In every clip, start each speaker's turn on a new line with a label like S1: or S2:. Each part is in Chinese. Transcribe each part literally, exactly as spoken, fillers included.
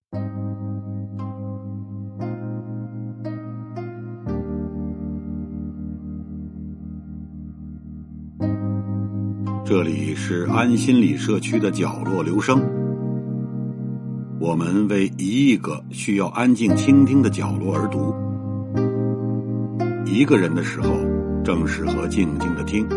S1: 这里是安心理社区的角落留声，我们为一亿个需要安静倾听的角落而读。一个人的时候，正适合静静的听。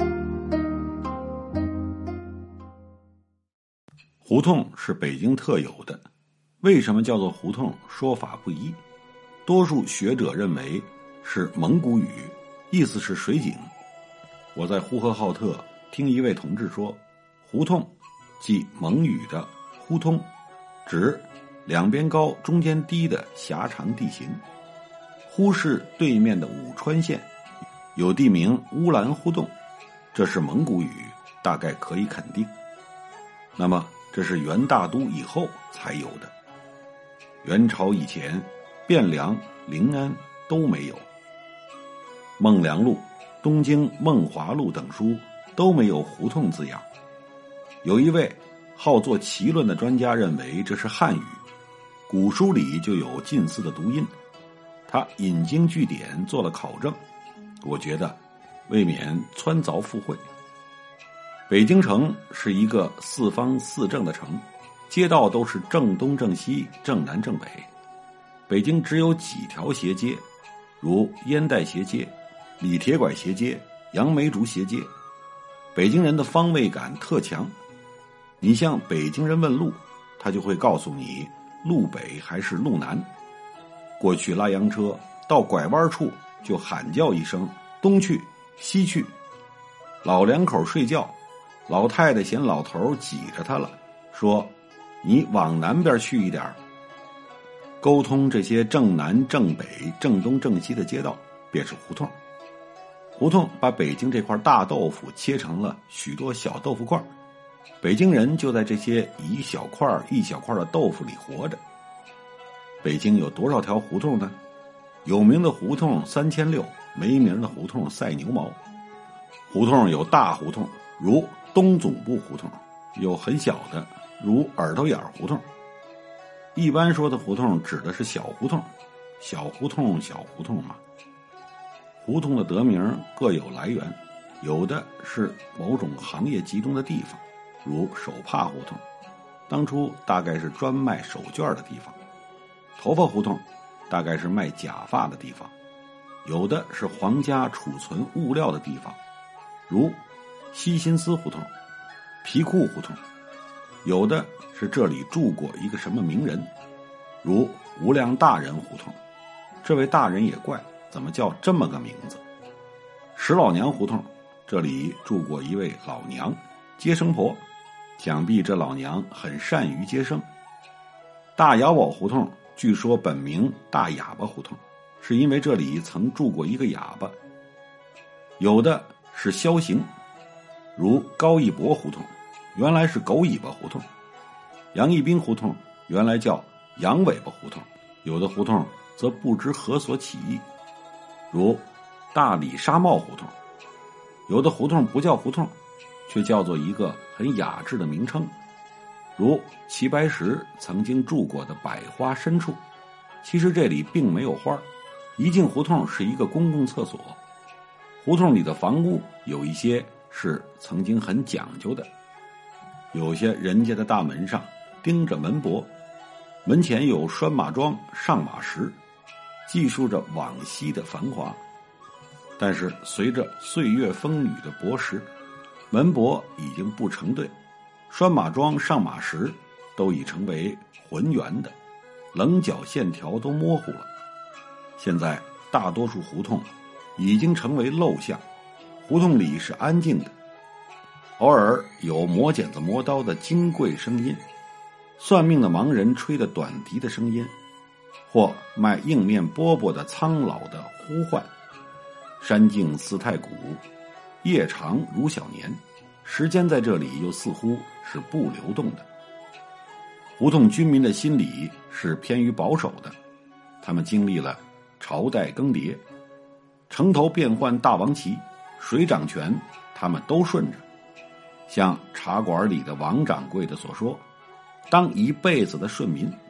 S1: 胡同是北京特有的，为什么叫做胡同？说法不一。多数学者认为是蒙古语，意思是水井。我在呼和浩特听一位同志说，胡同即蒙语的呼通，指两边高中间低的狭长地形。呼是对面的武川县，有地名乌兰呼洞，这是蒙古语，大概可以肯定。那么这是元大都以后才有的，元朝以前汴梁、临安都没有。孟良录、东京梦华录等书都没有胡同字样。有一位好做奇论的专家认为这是汉语，古书里就有近似的读音，他引经据典做了考证，我觉得未免穿凿附会。北京城是一个四方四正的城，街道都是正东正西正南正北。北京只有几条斜街，如烟袋斜街、李铁拐斜街、杨梅竹斜街。北京人的方位感特强，你向北京人问路，他就会告诉你路北还是路南。过去拉洋车到拐弯处就喊叫一声东去西去，老两口睡觉，老太太嫌老头挤着他了，说你往南边去一点。沟通这些正南正北正东正西的街道便是胡同。胡同把北京这块大豆腐切成了许多小豆腐块，北京人就在这些一小块一小块的豆腐里活着。北京有多少条胡同呢？有名的胡同三千六，没名的胡同赛牛毛。胡同有大胡同，如东总部胡同，有很小的，如耳朵眼胡同。一般说的胡同指的是小胡同，小胡同小胡同嘛。胡同的得名各有来源，有的是某种行业集中的地方，如手帕胡同，当初大概是专卖手绢的地方。头发胡同大概是卖假发的地方，有的是皇家储存物料的地方，如西辛斯胡同、皮裤胡同。有的是这里住过一个什么名人，如无量大人胡同，这位大人也怪，怎么叫这么个名字？石老娘胡同，这里住过一位老娘接生婆，想必这老娘很善于接生。大雅宝胡同据说本名大哑巴胡同，是因为这里曾住过一个哑巴。有的是枭形，如高义博胡同，原来是狗尾巴胡同。杨义斌胡同原来叫羊尾巴胡同。有的胡同则不知何所起意，如大理沙帽胡同。有的胡同不叫胡同，却叫做一个很雅致的名称，如齐白石曾经住过的百花深处。其实这里并没有花，一进胡同是一个公共厕所。胡同里的房屋有一些是曾经很讲究的，有些人家的大门上钉着门帛，门前有拴马桩上马石，记述着往昔的繁华。但是随着岁月风雨的剥蚀，门帛已经不成对，拴马桩上马石都已成为浑圆的，棱角线条都模糊了。现在大多数胡同已经成为陋巷，胡同里是安静的，偶尔有磨剪子磨刀的金贵声音，算命的盲人吹的短笛的声音，或卖硬面饽饽的苍老的呼唤。山静似太古，夜长如小年，时间在这里又似乎是不流动的。胡同居民的心理是偏于保守的，他们经历了朝代更迭，城头变换大王旗，谁掌权他们都顺着。像茶馆里的王掌柜的所说，当一辈子的顺民，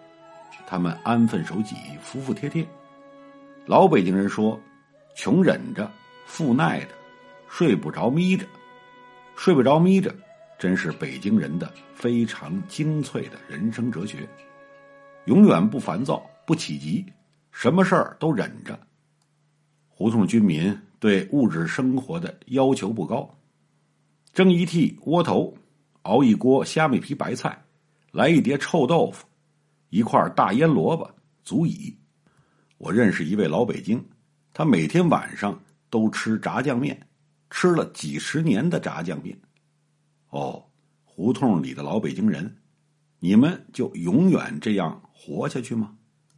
S1: 他们安分守己，服服帖帖。老北京人说，穷忍着，富耐着，睡不着眯着。睡不着眯着，真是北京人的非常精粹的人生哲学。永远不烦躁，不起急，什么事儿都忍着。胡同居民对物质生活的要求不高，蒸一屉窝头，熬一锅虾米皮白菜，来一碟臭豆腐，一块大腌萝卜足矣。我认识一位老北京，他每天晚上都吃炸酱面，吃了几十年的炸酱面。哦，胡同里的老北京人，你们就永远这样活下去吗？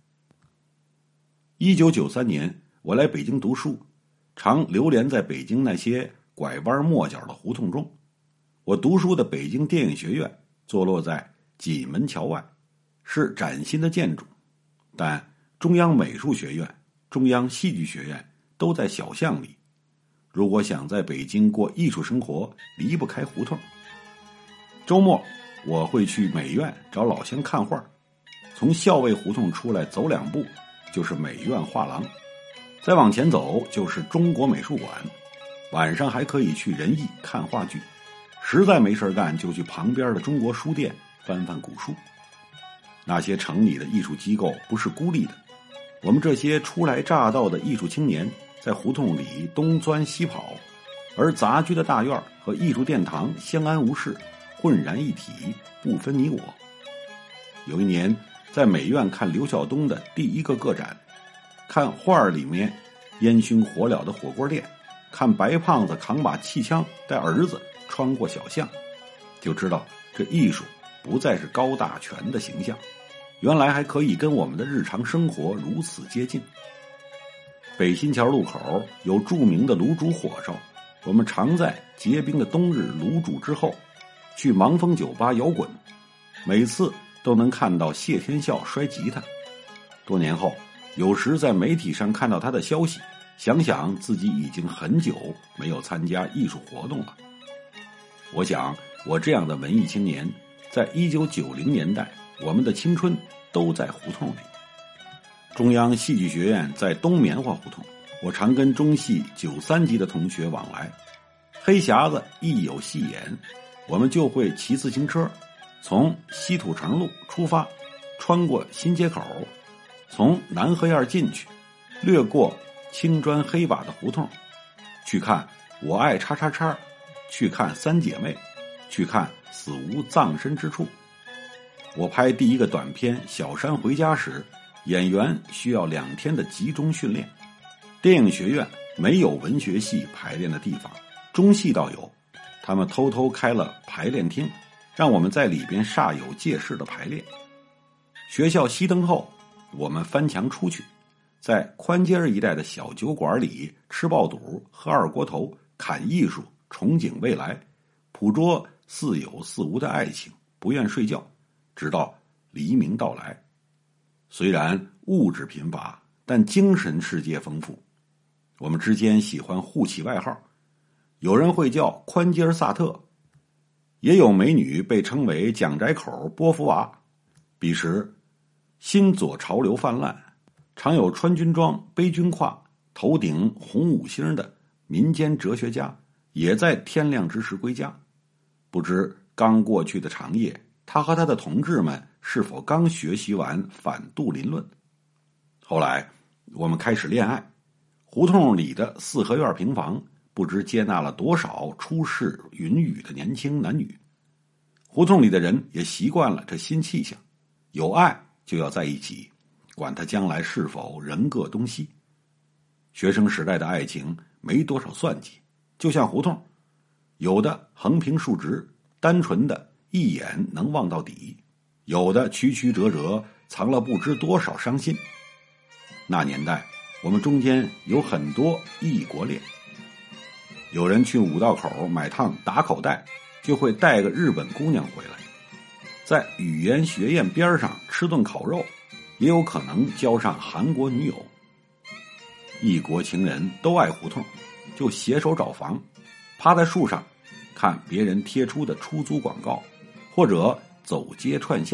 S1: 一九九三年，我来北京读书，常流连在北京那些拐弯抹角的胡同中。我读书的北京电影学院坐落在锦门桥外，是崭新的建筑，但中央美术学院、中央戏剧学院都在小巷里。如果想在北京过艺术生活，离不开胡同。周末我会去美院找老乡看画，从校尉胡同出来走两步就是美院画廊，再往前走就是中国美术馆。晚上还可以去仁义看话剧，实在没事干就去旁边的中国书店翻翻古书。那些城里的艺术机构不是孤立的，我们这些初来乍到的艺术青年在胡同里东钻西跑，而杂居的大院和艺术殿堂相安无事，浑然一体，不分你我。有一年在美院看刘晓东的第一个个展，看画里面烟熏火燎的火锅店，看白胖子扛把气枪带儿子穿过小巷，就知道这艺术不再是高大全的形象，原来还可以跟我们的日常生活如此接近。北新桥路口有著名的卤煮火烧，我们常在结冰的冬日卤煮之后去盲峰酒吧摇滚，每次都能看到谢天笑摔吉他。多年后有时在媒体上看到他的消息，想想自己已经很久没有参加艺术活动了。我想我这样的文艺青年，在一九九零年代，我们的青春都在胡同里。中央戏剧学院在东棉花胡同，我常跟中戏九三级的同学往来。黑匣子一有戏演，我们就会骑自行车从西土城路出发，穿过新街口，从南河沿进去，掠过青砖黑瓦的胡同，去看我爱叉叉叉，去看三姐妹，去看死无葬身之处。我拍第一个短片《小山回家》时，演员需要两天的集中训练。电影学院没有文学系排练的地方，中戏倒有，他们偷偷开了排练厅，让我们在里边煞有介事的排练。学校熄灯后，我们翻墙出去，在宽街一带的小酒馆里吃爆肚，喝二锅头，侃艺术，憧憬未来，捕捉似有似无的爱情，不愿睡觉，直到黎明到来。虽然物质贫乏，但精神世界丰富。我们之间喜欢互起外号，有人会叫宽街萨特，也有美女被称为蒋宅口波伏娃。彼时新左潮流泛滥，常有穿军装背军挎头顶红五星的民间哲学家也在天亮之时归家。不知刚过去的长夜，他和他的同志们是否刚学习完反杜林论。后来我们开始恋爱，胡同里的四合院平房不知接纳了多少出世云雨的年轻男女。胡同里的人也习惯了这新气象，有爱就要在一起，管他将来是否人各东西。学生时代的爱情没多少算计，就像胡同，有的横平竖直，单纯的一眼能望到底，有的曲曲折折，藏了不知多少伤心。那年代我们中间有很多异国恋，有人去五道口买趟打口袋，就会带个日本姑娘回来，在语言学院边上吃顿烤肉，也有可能交上韩国女友。异国情人都爱胡同，就携手找房，趴在树上看别人贴出的出租广告，或者走街串巷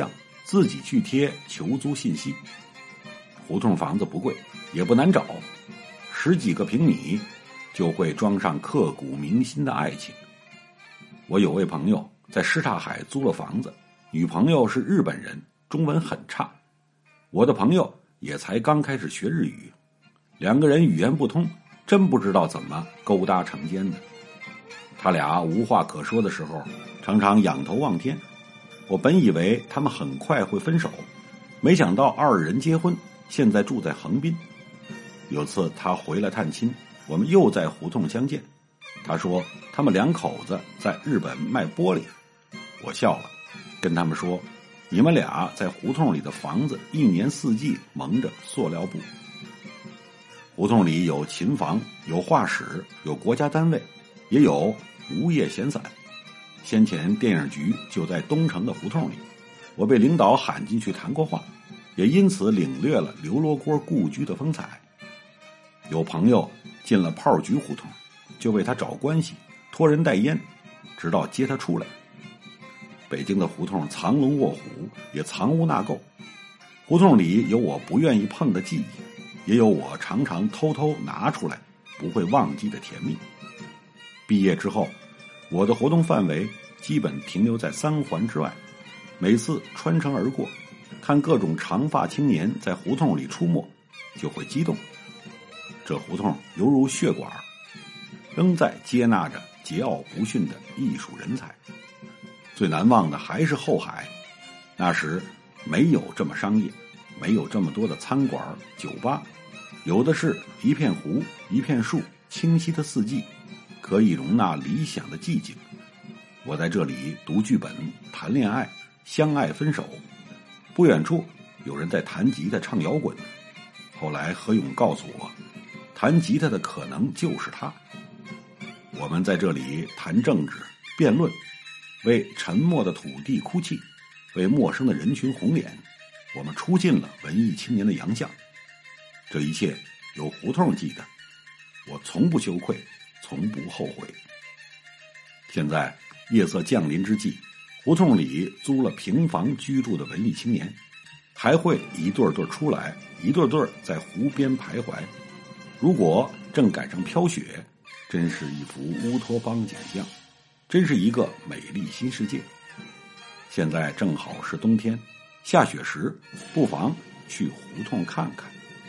S1: 自己去贴求租信息。胡同房子不贵，也不难找，十几个平米就会装上刻骨铭心的爱情。我有位朋友在什刹海租了房子，女朋友是日本人，中文很差。我的朋友也才刚开始学日语，两个人语言不通，真不知道怎么勾搭成奸的。他俩无话可说的时候，常常仰头望天。我本以为他们很快会分手，没想到二人结婚，现在住在横滨。有次他回来探亲，我们又在胡同相见。他说他们两口子在日本卖玻璃。我笑了，跟他们说，你们俩在胡同里的房子一年四季蒙着塑料布。胡同里有琴房，有画室，有国家单位，也有无业闲散。先前电影局就在东城的胡同里，我被领导喊进去谈过话，也因此领略了刘罗锅故居的风采。有朋友进了炮局胡同，就为他找关系，托人带烟，直到接他出来。北京的胡同藏龙卧虎，也藏污纳垢。胡同里有我不愿意碰的记忆，也有我常常偷偷拿出来不会忘记的甜蜜。毕业之后，我的活动范围基本停留在三环之外，每次穿城而过，看各种长发青年在胡同里出没，就会激动。这胡同犹如血管，仍在接纳着桀骜不驯的艺术人才。最难忘的还是后海，那时没有这么商业，没有这么多的餐馆酒吧，有的是一片湖一片树，清晰的四季，可以容纳理想的寂静。我在这里读剧本，谈恋爱，相爱分手。不远处有人在弹吉他唱摇滚。后来何勇告诉我，弹吉他的可能就是他。我们在这里谈政治辩论，为沉默的土地哭泣，为陌生的人群红脸。我们出尽了文艺青年的洋相。这一切有胡同记得，我从不羞愧，从不后悔。现在夜色降临之际，胡同里租了平房居住的文艺青年，还会一对对出来，一对对在湖边徘徊。如果正赶上飘雪，真是一幅乌托邦景象，真是一个美丽新世界。现在正好是冬天，下雪时不妨去胡同看看。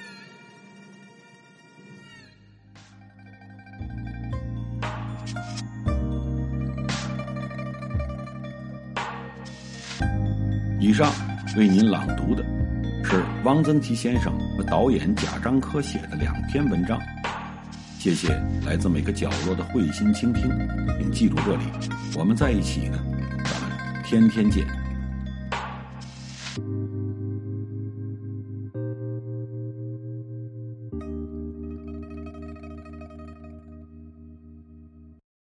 S1: 以上为您朗读的是汪曾祺先生和导演贾樟柯写的两篇文章。谢谢来自每个角落的慧心倾听，并记住这里，我们在一起呢，咱们天天见。